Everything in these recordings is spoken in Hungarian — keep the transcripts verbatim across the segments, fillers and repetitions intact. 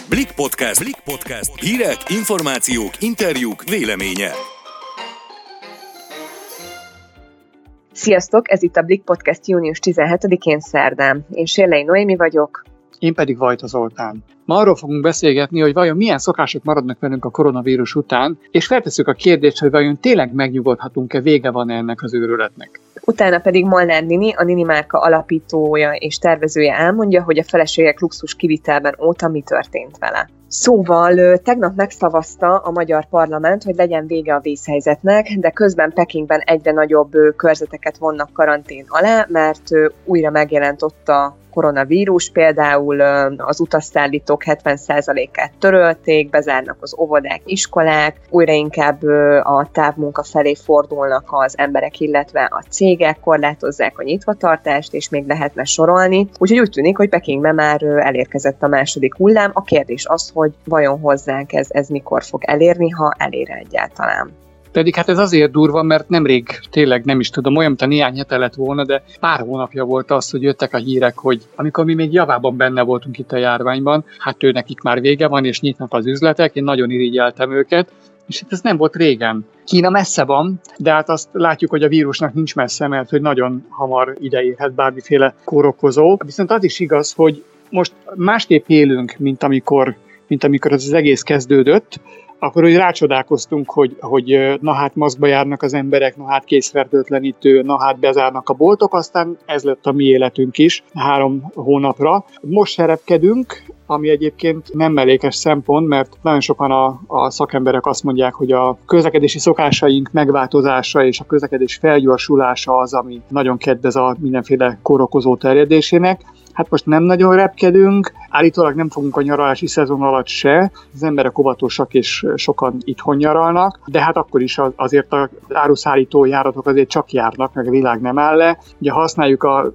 Blik Podcast. Blik Podcast. Hírek, információk, interjúk, véleménye. Sziasztok! Ez itt a Blik Podcast június tizenhetedikén szerdán. Én Sérlei Noémi vagyok. Én pedig Vajta Zoltán. Ma arról fogunk beszélgetni, hogy vajon milyen szokások maradnak velünk a koronavírus után, és feltesszük a kérdést, hogy vajon tényleg megnyugodhatunk-e, vége van ennek az őrületnek. Utána pedig Molnár Nini, a Nini márka alapítója és tervezője elmondja, hogy a feleségek luxus kivitelben óta mi történt vele. Szóval tegnap megszavazta a magyar parlament, hogy legyen vége a vészhelyzetnek, de közben Pekingben egyre nagyobb körzeteket vonnak karantén alá, mert újra megjelent ott a koronavírus, például az utasszállítók hetven százalékát törölték, bezárnak az óvodák, iskolák, újra inkább a távmunka felé fordulnak az emberek, illetve a cégek, korlátozzák a nyitvatartást, és még lehetne sorolni. Úgyhogy úgy tűnik, hogy Pekingben már elérkezett a második hullám. A kérdés az, hogy vajon hozzánk ez, ez mikor fog elérni, ha elér egyáltalán. Pedig hát ez azért durva, mert nemrég, tényleg nem is tudom, olyan, mint a néhány hete lett volna, de pár hónapja volt az, hogy jöttek a hírek, hogy amikor mi még javában benne voltunk itt a járványban, hát ő nekik már vége van, és nyitnak az üzletek, én nagyon irigyeltem őket, és hát ez nem volt régen. Kína messze van, de hát azt látjuk, hogy a vírusnak nincs messze, mert hogy nagyon hamar ideérhet bármiféle kórokozó. Viszont az is igaz, hogy most másképp élünk, mint amikor, mint amikor ez az egész kezdődött, akkor úgy rácsodálkoztunk, hogy, hogy na hát maszkba járnak az emberek, na hát készfertőtlenítő, na hát bezárnak a boltok, aztán ez lett a mi életünk is három hónapra. Most serepkedünk, ami egyébként nem mellékes szempont, mert nagyon sokan a, a szakemberek azt mondják, hogy a közlekedési szokásaink megváltozása és a közlekedés felgyorsulása az, ami nagyon kedvez a mindenféle kórokozó terjedésének. Hát most nem nagyon repkedünk, állítólag nem fogunk a nyaralási szezon alatt se, az emberek óvatosak és sokan itthon nyaralnak, de hát akkor is azért az áruszállító járatok azért csak járnak, meg a világ nem áll le. Ugye használjuk a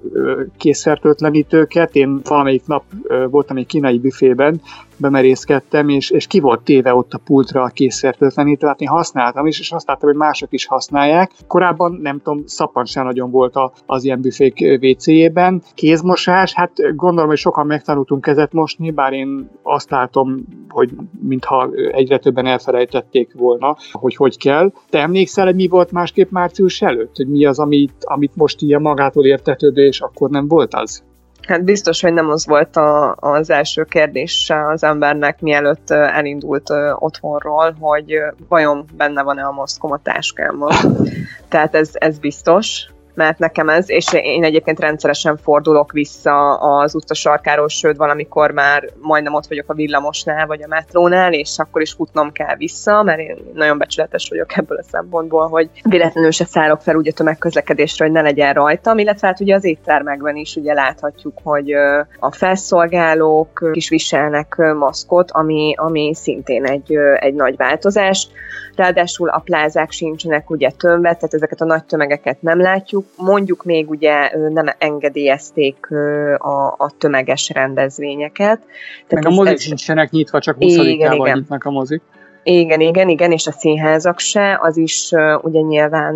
készfertőtlenítőket, én valamelyik nap voltam egy kínai büfében, bemerészkedtem, és, és ki volt téve ott a pultra a készfertőtlenítő, hát én használtam is, és azt láttam, hogy mások is használják. Korábban, nem tudom, szappan sem nagyon volt az ilyen büfék vécéjében. Kézmosás, hát gondolom, hogy sokan megtanultunk kezet mosni, bár én azt látom, hogy mintha egyre többen elfelejtették volna, hogy hogy kell. Te emlékszel, hogy mi volt másképp március előtt? Hogy mi az, amit, amit most ilyen magától értetődő, és akkor nem volt az? Hát biztos, hogy nem az volt a, az első kérdés az embernek, mielőtt elindult otthonról, hogy vajon benne van-e a maszkom a táskámban. Tehát ez, ez biztos, mert nekem ez, és én egyébként rendszeresen fordulok vissza az utca sarkáról, sőt valamikor már majdnem ott vagyok a villamosnál, vagy a metrónál, és akkor is futnom kell vissza, mert én nagyon becsületes vagyok ebből a szempontból, hogy véletlenül se szállok fel úgy a tömegközlekedésre, hogy ne legyen rajtam, illetve hát ugye az éttermekben is ugye láthatjuk, hogy a felszolgálók is viselnek maszkot, ami, ami szintén egy, egy nagy változás. Ráadásul a plázák sincsenek ugye tömve, tehát ezeket a nagy tömegeket nem látjuk. Mondjuk még ugye nem engedélyezték a, a tömeges rendezvényeket. Meg a mozik sincsenek nyitva, csak huszadikával nyitnak a mozik. Igen, igen, igen, és a színházak se, az is ugye nyilván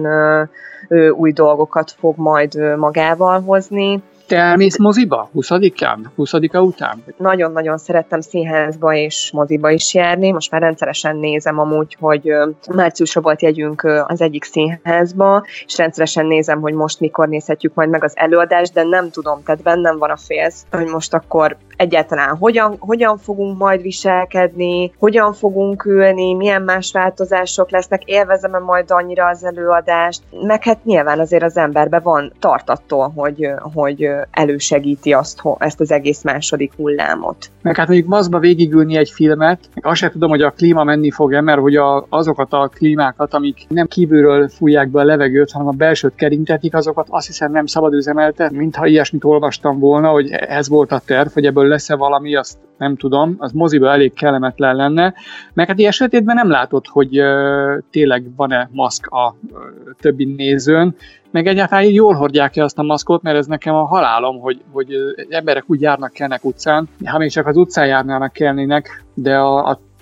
új dolgokat fog majd magával hozni. Te elmész moziba? huszadikán? huszadika után? Nagyon-nagyon szerettem színházba és moziba is járni. Most már rendszeresen nézem amúgy, hogy márciusra volt jegyünk az egyik színházba, és rendszeresen nézem, hogy most mikor nézhetjük majd meg az előadást, de nem tudom, tehát bennem van a félsz, hogy most akkor egyáltalán hogyan, hogyan fogunk majd viselkedni, hogyan fogunk ülni, milyen más változások lesznek, élvezem-e majd annyira az előadást, meg hát nyilván azért az emberben van tart attól, hogy, hogy elősegíti azt, ezt az egész második hullámot. Meg hát mondjuk maszkba végigülni egy filmet, azt sem tudom, hogy a klíma menni fog-e, mert hogy a, azokat a klímákat, amik nem kívülről fújják be a levegőt, hanem a belsőt kerintetik, azokat azt hiszem nem szabad üzemeltetni. Mintha ilyesmit olvastam volna, hogy ez volt a terv, hogy ebből lesz-e valami, azt nem tudom, az moziba elég kellemetlen lenne. Meg hát ilyen sötétben nem látod, hogy uh, tényleg van-e maszk a uh, többi nézőn, meg egyáltalán jól hordják-e azt a maszkot, mert ez nekem a halálom, hogy, hogy emberek úgy járnak, kelnek utcán, ha még csak az utcán járnának, kelnének, de a, a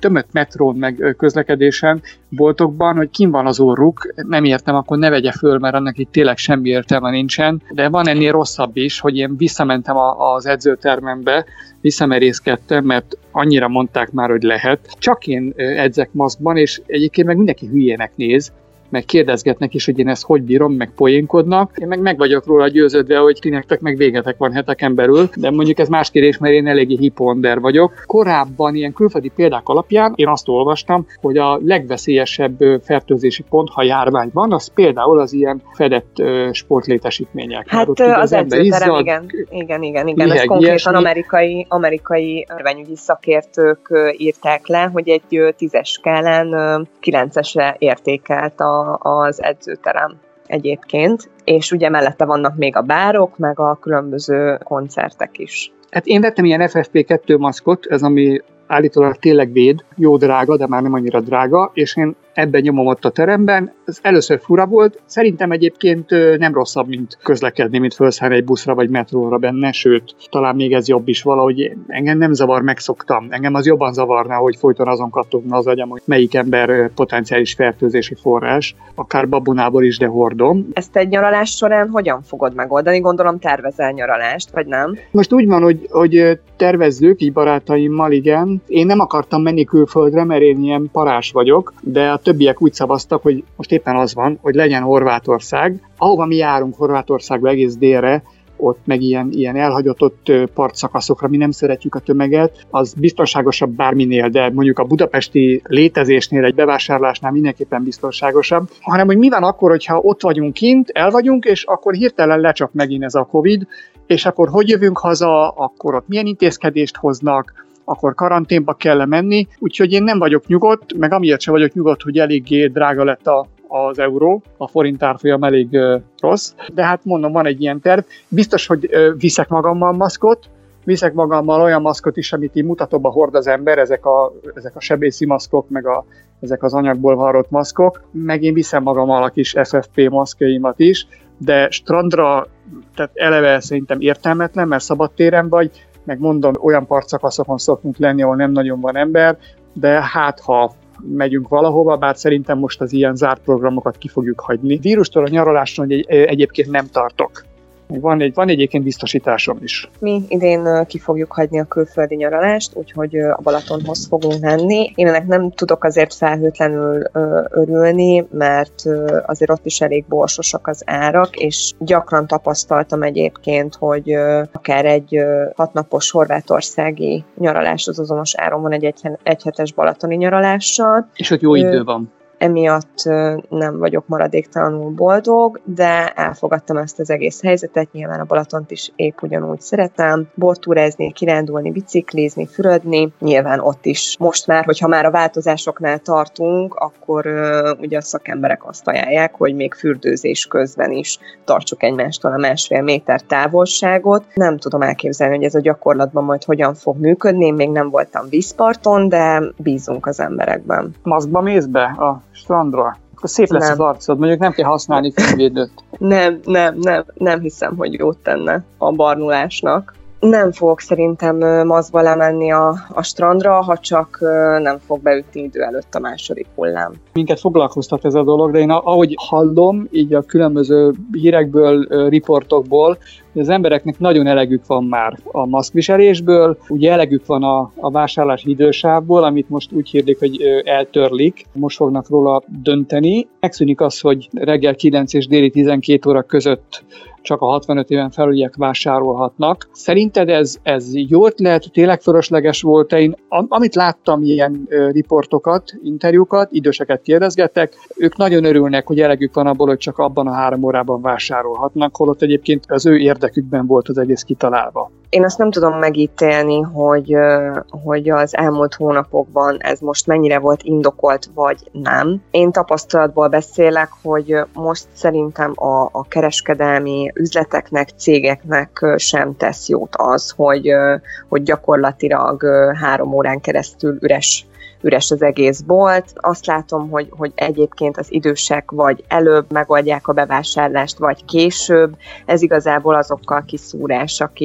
tömött metrón meg közlekedésen, boltokban, hogy kim van az orruk, nem értem, akkor ne vegye föl, mert annak itt tényleg semmi értelme nincsen. De van ennél rosszabb is, hogy én visszamentem az edzőtermembe, visszamerészkedtem, mert annyira mondták már, hogy lehet. Csak én edzek maszkban, és egyébként meg mindenki hülyének néz, meg kérdezgetnek is, hogy én ezt hogy bírom, meg poénkodnak. Én meg meg vagyok róla győződve, hogy ti nektek meg végetek van heteken belül, de mondjuk ez más kérdés, mert én eléggé hiponder vagyok. Korábban ilyen külföldi példák alapján én azt olvastam, hogy a legveszélyesebb fertőzési pont, ha járvány van, az például az ilyen fedett sportlétesítmények. Hát az, az edzőterem, igen, igen, igen, igen. Ez konkrétan amerikai, amerikai örvényügyi szakértők írták le, hogy egy tízes skálán kilencesre értékelt a az edzőterem egyébként, és ugye mellette vannak még a bárok, meg a különböző koncertek is. Hát én vettem ilyen F F P kettő maszkot, ez ami állítólag tényleg véd, jó drága, de már nem annyira drága, és én ebben nyomom ott a teremben. Ez először fura volt, szerintem egyébként nem rosszabb, mint közlekedni, mint felszállni egy buszra vagy metróra benne, sőt, talán még ez jobb is valahogy. Engem nem zavar, megszoktam. Engem az jobban zavarna, hogy folyton azon kattogna az agyam, hogy melyik ember potenciális fertőzési forrás, akár babonából is, de hordom. Ezt egy nyaralás során hogyan fogod megoldani? Gondolom tervezel nyaralást, vagy nem? Most úgy van, hogy, hogy tervezzük, így barátaimmal, igen. Én nem akartam menni külföldre, mert én ilyen parás vagyok, de a többiek úgy szavaztak, hogy most éppen az van, hogy legyen Horvátország. Ahova mi járunk Horvátországba egész délre, ott meg ilyen, ilyen elhagyott ott partszakaszokra, mi nem szeretjük a tömeget, az biztonságosabb bárminél, de mondjuk a budapesti létezésnél, egy bevásárlásnál mindenképpen biztonságosabb, hanem hogy mi van akkor, hogyha ott vagyunk kint, el vagyunk, és akkor hirtelen lecsap megint ez a Covid, és akkor hogy jövünk haza, akkor ott milyen intézkedést hoznak, akkor karanténba kell menni, úgyhogy én nem vagyok nyugodt, meg amiért sem vagyok nyugodt, hogy eléggé drága lett a, az euró, a forint árfolyam elég uh, rossz, de hát mondom, van egy ilyen terv. Biztos, hogy uh, viszek magammal maszkot, viszek magammal olyan maszkot is, amit így mutatóba hord az ember, ezek a, ezek a sebészi maszkok, meg a, ezek az anyagból varrott maszkok, meg én viszem magammal a kis F F P maszkjaimat is, de strandra, tehát eleve szerintem értelmetlen, mert szabadtéren vagy, meg mondom, olyan partszakaszokon szoktunk lenni, ahol nem nagyon van ember, de hát ha megyünk valahova, bár szerintem most az ilyen zárt programokat ki fogjuk hagyni. Vírustól a nyaraláson egy, egyébként nem tartok. Van, egy, van egyébként biztosításom is. Mi idén ki fogjuk hagyni a külföldi nyaralást, úgyhogy a Balatonhoz fogunk menni. Én ennek nem tudok azért felhőtlenül örülni, mert azért ott is elég borsosak az árak, és gyakran tapasztaltam egyébként, hogy akár egy hatnapos horvátországi nyaralás az azonos áron van egy egyhetes balatoni nyaralással. És ott jó idő van. Emiatt nem vagyok maradéktalanul boldog, de elfogadtam ezt az egész helyzetet, nyilván a Balatont is épp ugyanúgy szeretem, bortúrázni, kirándulni, biciklizni, fürödni, nyilván ott is. Most már, hogyha már a változásoknál tartunk, akkor uh, ugye a szakemberek azt ajánlják, hogy még fürdőzés közben is tartsuk egymástól a másfél méter távolságot. Nem tudom elképzelni, hogy ez a gyakorlatban majd hogyan fog működni, én még nem voltam vízparton, de bízunk az emberekben. Maszkba mész be a strandra? Akkor szép lesz nem. Az arcod, mondjuk nem kell használni fényvédőt. Nem, nem, nem, nem hiszem, hogy jót tenne a barnulásnak. Nem fogok szerintem maszkba lemenni a, a strandra, ha csak nem fog beütni idő előtt a második hullám. Minket foglalkoztat ez a dolog, de én ahogy hallom, így a különböző hírekből, riportokból, hogy az embereknek nagyon elegük van már a maszkviselésből, ugye elegük van a, a vásárlási idősávból, amit most úgy hirdik, hogy eltörlik, most fognak róla dönteni. Megszűnik az, hogy reggel kilenc és déli tizenkét óra között csak a hatvanöt éven felüliek vásárolhatnak. Szerinted ez, ez jó ötlet, tényleg fölösleges volt? Én amit láttam ilyen riportokat, interjúkat, időseket kérdezgettek, ők nagyon örülnek, hogy elegük van abból, hogy csak abban a három órában vásárolhatnak, holott egyébként az ő érdekükben volt az egész kitalálva. Én azt nem tudom megítélni, hogy, hogy az elmúlt hónapokban ez most mennyire volt indokolt, vagy nem. Én tapasztalatból beszélek, hogy most szerintem a, a kereskedelmi üzleteknek, cégeknek sem tesz jót az, hogy, hogy gyakorlatilag három órán keresztül üres üres az egész bolt. Azt látom, hogy, hogy egyébként az idősek vagy előbb megoldják a bevásárlást, vagy később. Ez igazából azokkal kiszúrás, akik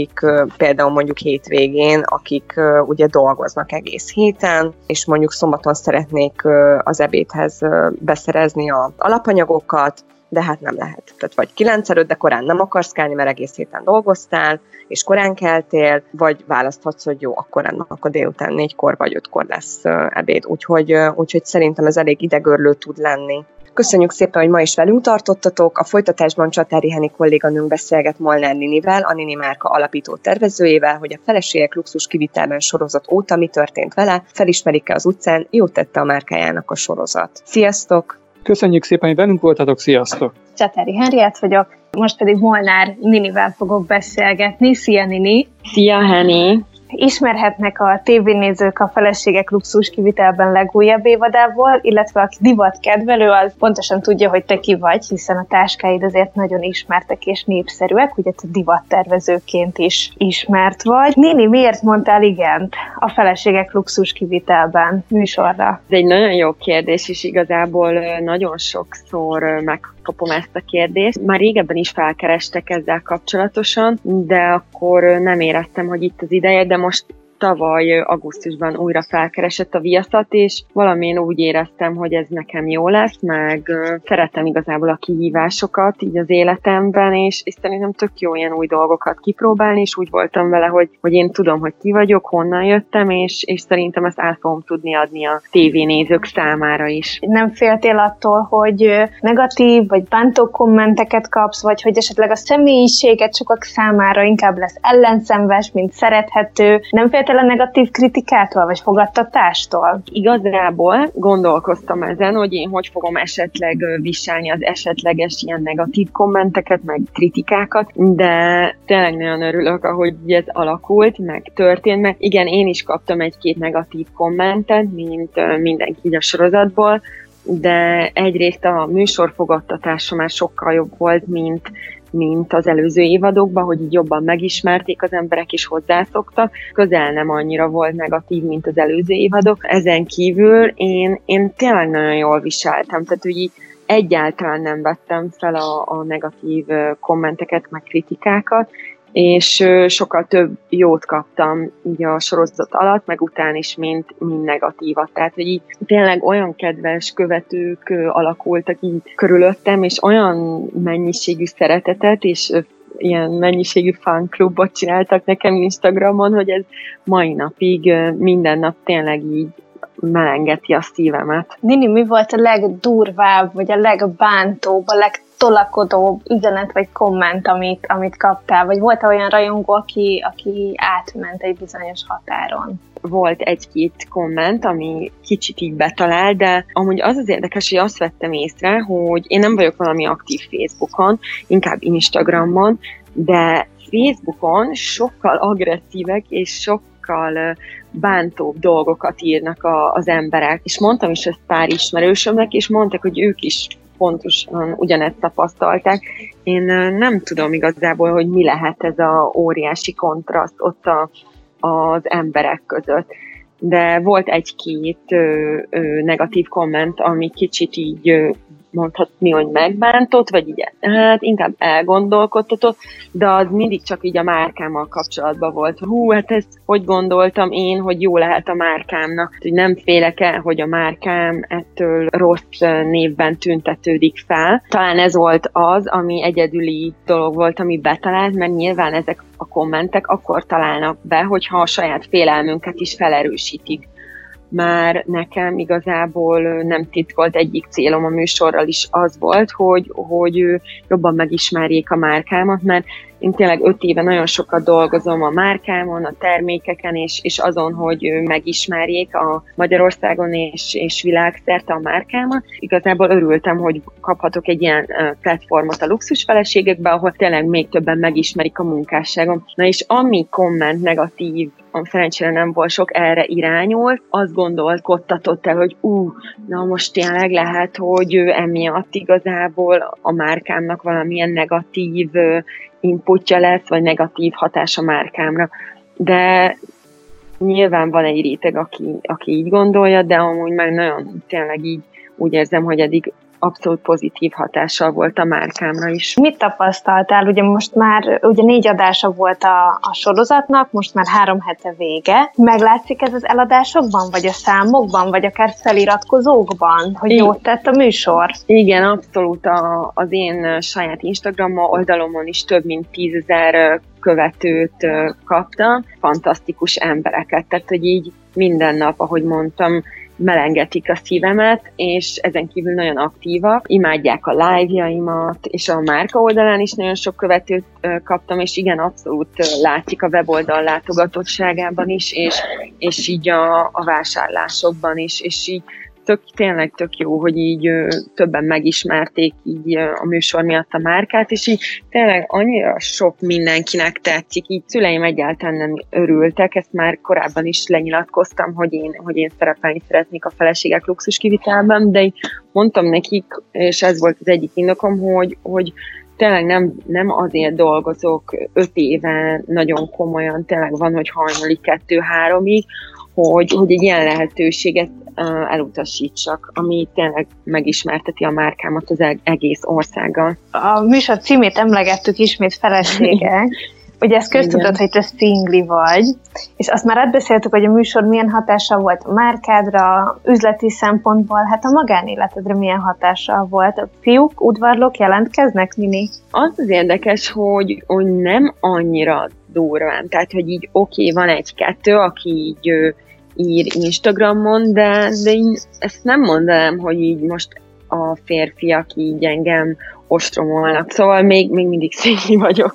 például mondjuk hétvégén, akik ugye dolgoznak egész héten, és mondjuk szombaton szeretnék az ebédhez beszerezni az alapanyagokat, de hát nem lehet. Tehát vagy kilenc előtt, de korán nem akarsz kelni, mert egész héten dolgoztál, és korán keltél, vagy választhatsz, hogy jó, akkor nem, akkor délután négykor vagy ötkor lesz ebéd. Úgyhogy, úgyhogy szerintem ez elég idegörlő tud lenni. Köszönjük szépen, hogy ma is velünk tartottatok. A folytatásban Csatári Henni kolléganőnk beszélget Molnár Ninivel, a Nini márka alapító tervezőjével, hogy a Feleségek luxus kivitelben sorozat óta mi történt vele, felismerik-e az utcán, jót tette a márkájának a sorozat. Sziasztok! Köszönjük szépen, hogy velünk voltatok, sziasztok! Csatári Henriett vagyok, most pedig Molnár Ninivel fogok beszélgetni. Szia, Nini! Szia, Henni! Ismerhetnek a tévénézők a Feleségek luxus kivitelben legújabb évadából, illetve aki divatkedvelő, az pontosan tudja, hogy te ki vagy, hiszen a táskáid azért nagyon ismertek és népszerűek, ugye te divattervezőként is ismert vagy. Nini, miért mondtál igent a Feleségek luxus kivitelben műsorra? Ez egy nagyon jó kérdés, és igazából nagyon sokszor megkapom ezt a kérdést. Már régebben is felkerestek ezzel kapcsolatosan, de akkor nem éreztem, hogy itt az ideje, de most tavaly augusztusban újra felkeresett a Viaszat, és valamilyen úgy éreztem, hogy ez nekem jó lesz, meg szeretem igazából a kihívásokat így az életemben, és, és szerintem tök jó ilyen új dolgokat kipróbálni, és úgy voltam vele, hogy, hogy én tudom, hogy ki vagyok, honnan jöttem, és, és szerintem ezt át fogom tudni adni a tévénézők számára is. Nem féltél attól, hogy negatív vagy bántó kommenteket kapsz, vagy hogy esetleg a személyiséget sokak számára inkább lesz ellenszenves, mint szerethető? Nem féltél a negatív kritikától, vagy fogadtatástól? Igazából gondolkoztam ezen, hogy én hogy fogom esetleg viselni az esetleges ilyen negatív kommenteket, meg kritikákat, de tényleg nagyon örülök, ahogy ez alakult, meg történt, meg igen, én is kaptam egy-két negatív kommentet, mint mindenki így a sorozatból, de egyrészt a műsor fogadtatása már sokkal jobb volt, mint mint az előző évadokban, hogy így jobban megismerték az emberek és hozzászoktak. Közel nem annyira volt negatív, mint az előző évadok. Ezen kívül én, én tényleg nagyon jól viseltem, tehát hogy így egyáltalán nem vettem fel a, a negatív kommenteket, meg kritikákat, és sokkal több jót kaptam így a sorozat alatt, meg után is, mint, mint negatívat. Tehát, hogy így tényleg olyan kedves követők alakultak így körülöttem, és olyan mennyiségű szeretetet, és ilyen mennyiségű fanklubot csináltak nekem Instagramon, hogy ez mai napig minden nap tényleg így melengeti a szívemet. Nini, mi volt a legdurvább, vagy a legbántóbb, a legtolakodóbb üzenet, vagy komment, amit, amit kaptál? Vagy volt olyan rajongó, aki, aki átment egy bizonyos határon? Volt egy-két komment, ami kicsit így betalál, de amúgy az az érdekes, hogy azt vettem észre, hogy én nem vagyok valami aktív Facebookon, inkább Instagramon, de Facebookon sokkal agresszívek és sokkal bántóbb dolgokat írnak a, az emberek. És mondtam is ezt pár ismerősömnek, és mondták, hogy ők is pontosan ugyanezt tapasztalták. Én nem tudom igazából, hogy mi lehet ez a óriási kontraszt ott a, az emberek között. De volt egy-két ö, ö, negatív komment, ami kicsit így ö, mondhatni, hogy megbántott, vagy így, hát inkább elgondolkodtatott, de az mindig csak így a márkámmal kapcsolatban volt. Hú, hát ezt hogy gondoltam én, hogy jó lehet a márkámnak. Hogy nem félek el, hogy a márkám ettől rossz névben tüntetődik fel. Talán ez volt az, ami egyedüli dolog volt, ami betalált, mert nyilván ezek a kommentek akkor találnak be, hogyha a saját félelmünket is felerősítik. Már nekem igazából nem titkolt egyik célom a műsorral is az volt, hogy, hogy jobban megismerjék a márkámat, mert én tényleg öt éve nagyon sokat dolgozom a márkámon, a termékeken, és, és azon, hogy megismerjék a Magyarországon és, és világszerte a márkámat. Igazából örültem, hogy kaphatok egy ilyen platformot a luxusfeleségekbe, ahol tényleg még többen megismerik a munkásságom. Na és ami komment negatív, szerencsére nem volt sok, erre irányult, azt gondolkodtatott el, hogy ú, na most tényleg lehet, hogy emiatt igazából a márkámnak valamilyen negatív inputja lesz, vagy negatív hatás a márkámra. De nyilván van egy réteg, aki, aki így gondolja, de amúgy már nagyon tényleg így úgy érzem, hogy eddig abszolút pozitív hatással volt a márkámra is. Mit tapasztaltál? Ugye most már ugye négy adása volt a, a sorozatnak, most már három hete vége. Meglátszik ez az eladásokban, vagy a számokban, vagy akár feliratkozókban, hogy jót tett a műsor? Igen, abszolút a, az én saját Instagram oldalomon is több mint tízezer követőt kaptam. Fantasztikus embereket, tehát hogy így minden nap, ahogy mondtam, melengetik a szívemet, és ezen kívül nagyon aktívak, imádják a live-jaimat, és a márka oldalán is nagyon sok követőt kaptam, és igen, abszolút látszik a weboldal látogatottságában is, és, és így a, a vásárlásokban is, és így tök, tényleg tök jó, hogy így ö, többen megismerték így ö, a műsor miatt a márkát, és így tényleg annyira sok mindenkinek tetszik, így szüleim egyáltalán nem örültek, ezt már korábban is lenyilatkoztam, hogy én, hogy én szerepelni szeretnék a Feleségek luxus kivitelben, de így mondtam nekik, és ez volt az egyik indokom, hogy, hogy tényleg nem, nem azért dolgozok öt éve nagyon komolyan, tényleg van, hogy hajnali kettő-háromig, hogy, hogy egy ilyen lehetőséget uh, elutasítsak, ami tényleg megismerteti a márkámat az egész országgal. A műsor címét emlegettük ismét, Feleségek. Ugye ez köztudott, hogy te szingli vagy, és azt már átbeszéltük, hogy a műsor milyen hatással volt a márkádra, üzleti szempontból, hát a magánéletedre milyen hatással volt. A fiúk, udvarlók jelentkeznek, Nini? Az az érdekes, hogy, hogy nem annyira durván, tehát hogy így oké, okay, van egy-kettő, aki így ő, ír Instagramon, de, de én ezt nem mondanám, hogy így most a férfiak így engem ostromolnak, szóval még, még mindig szingli vagyok.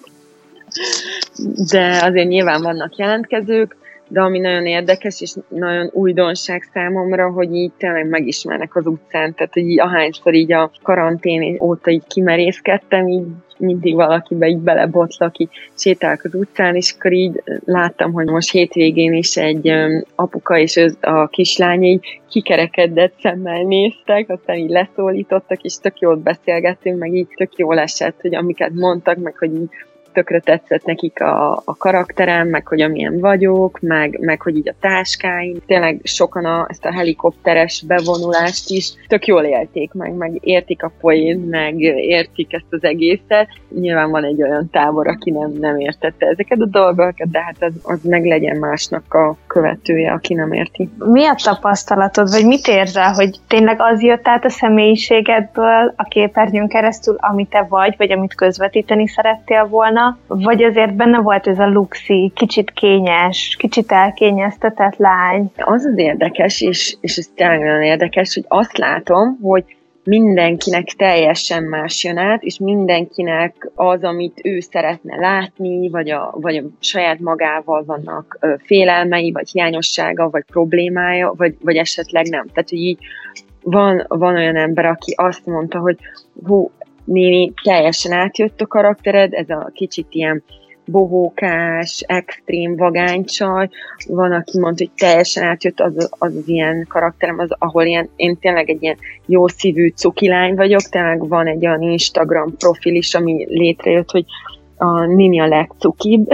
De azért nyilván vannak jelentkezők, de ami nagyon érdekes és nagyon újdonság számomra, hogy így tényleg megismernek az utcán, tehát hogy így ahányszor így a karantén óta így kimerészkedtem, így mindig valakibe így belebotlak, így sétálok az utcán, és akkor így láttam, hogy most hétvégén is egy um, apuka és az, a kislány így kikerekedett szemmel néztek, aztán így leszólítottak, és tök jól beszélgettünk, meg így tök jól esett, hogy amiket mondtak, meg hogy így tökre tetszett nekik a, a karakterem, meg hogy amilyen vagyok, meg, meg hogy így a táskáim. Tényleg sokan a, ezt a helikopteres bevonulást is tök jól élték meg, meg értik a poént, meg értik ezt az egészet. Nyilván van egy olyan tábor, aki nem, nem értette ezeket a dolgokat, de hát az, az meg legyen másnak a követője, aki nem érti. Mi a tapasztalatod, vagy mit érzel, hogy tényleg az jött át a személyiségedből a képernyőn keresztül, amit te vagy, vagy amit közvetíteni szerettél volna, vagy azért benne volt ez a luxi, kicsit kényes, kicsit elkényeztetett lány? Az az érdekes, és, és ez tényleg nagyon érdekes, hogy azt látom, hogy mindenkinek teljesen más jön át, és mindenkinek az, amit ő szeretne látni, vagy a, vagy a saját magával vannak ö, félelmei, vagy hiányossága, vagy problémája, vagy, vagy esetleg nem. Tehát, hogy így van, van olyan ember, aki azt mondta, hogy hú, Néni, teljesen átjött a karaktered, ez a kicsit ilyen bohókás, extrém vagánycsaj. Van, aki mondta, hogy teljesen átjött az az, az ilyen karakterem, az, ahol ilyen, én tényleg egy ilyen jó szívű cukilány vagyok, tényleg van egy olyan Instagram profil is, ami létrejött, hogy a Nini a legcukibb,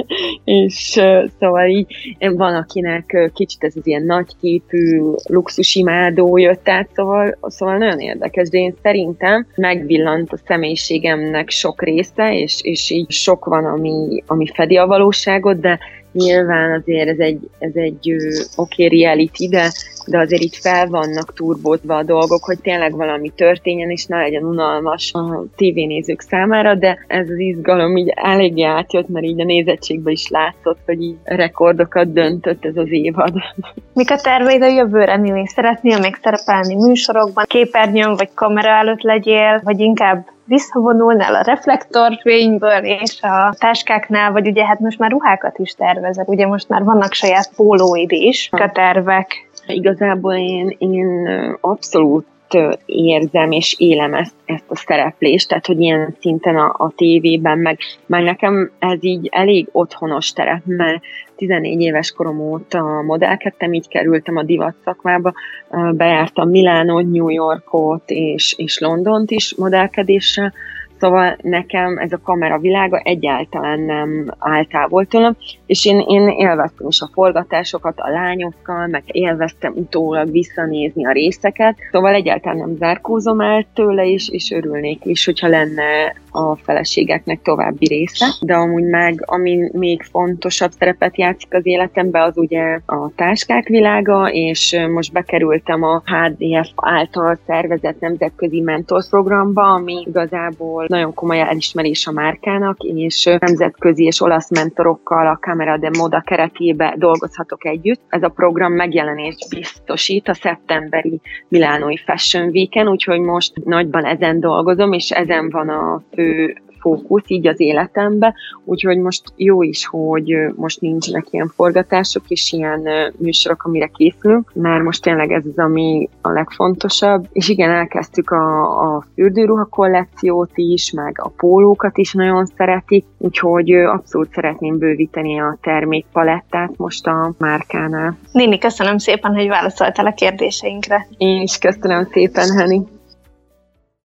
és uh, szóval így van, akinek uh, kicsit ez az ilyen nagyképű luxusimádó jött át, szóval, szóval nagyon érdekes, de én szerintem megvillant a személyiségemnek sok része, és, és így sok van, ami, ami fedi a valóságot, de nyilván azért ez egy, ez egy oké okay, reality, de, de azért itt fel vannak turbózva a dolgok, hogy tényleg valami történjen, és ne legyen unalmas a tévénézők számára, de ez az izgalom így eléggé átjött, mert így a nézettségben is látszott, hogy így rekordokat döntött ez az évad. Mik a terveid a jövőre, Nini? Szeretnél még szerepelni műsorokban, képernyőn vagy kamera előtt legyél, vagy inkább visszavonulnál a reflektorfényből és a táskáknál, vagy ugye hát most már ruhákat is tervezel, ugye most már vannak saját pólóid is, a tervek. Igazából én, én abszolút érzem és élem ezt, ezt a szereplést, tehát hogy ilyen szinten a, a tévében, meg, meg nekem ez így elég otthonos terep, mert tizennégy éves korom óta modellkedtem, így kerültem a divat szakmába, bejártam Milánót, New Yorkot és, és Londont is modellkedéssel, Szóval nekem ez a kamera világa egyáltalán nem áll távol tőlem, és én, én élveztem is a forgatásokat a lányokkal, meg élveztem utólag visszanézni a részeket, szóval egyáltalán nem zárkózom el tőle is, és örülnék is, hogyha lenne a feleségeknek további része, de amúgy meg, ami még fontosabb szerepet játszik az életemben, az ugye a táskák világa, és most bekerültem a há dé ef által szervezett nemzetközi mentorprogramba, ami igazából nagyon komoly elismerés a márkának, és nemzetközi és olasz mentorokkal a Camera de Moda keretébe dolgozhatok együtt. Ez a program megjelenést biztosít a szeptemberi Milánói Fashion Weeken, úgyhogy most nagyban ezen dolgozom, és ezen van a fő fókusz így az életembe, úgyhogy most jó is, hogy most nincsenek ilyen forgatások és ilyen műsorok, amire készülünk, mert most tényleg ez az, ami a legfontosabb. És igen, elkezdtük a, a fürdőruha kollekciót is, meg a pólókat is nagyon szeretik, úgyhogy abszolút szeretném bővíteni a termékpalettát most a márkánál. Néni, köszönöm szépen, hogy válaszoltál a kérdéseinkre. Én is köszönöm szépen, Henny.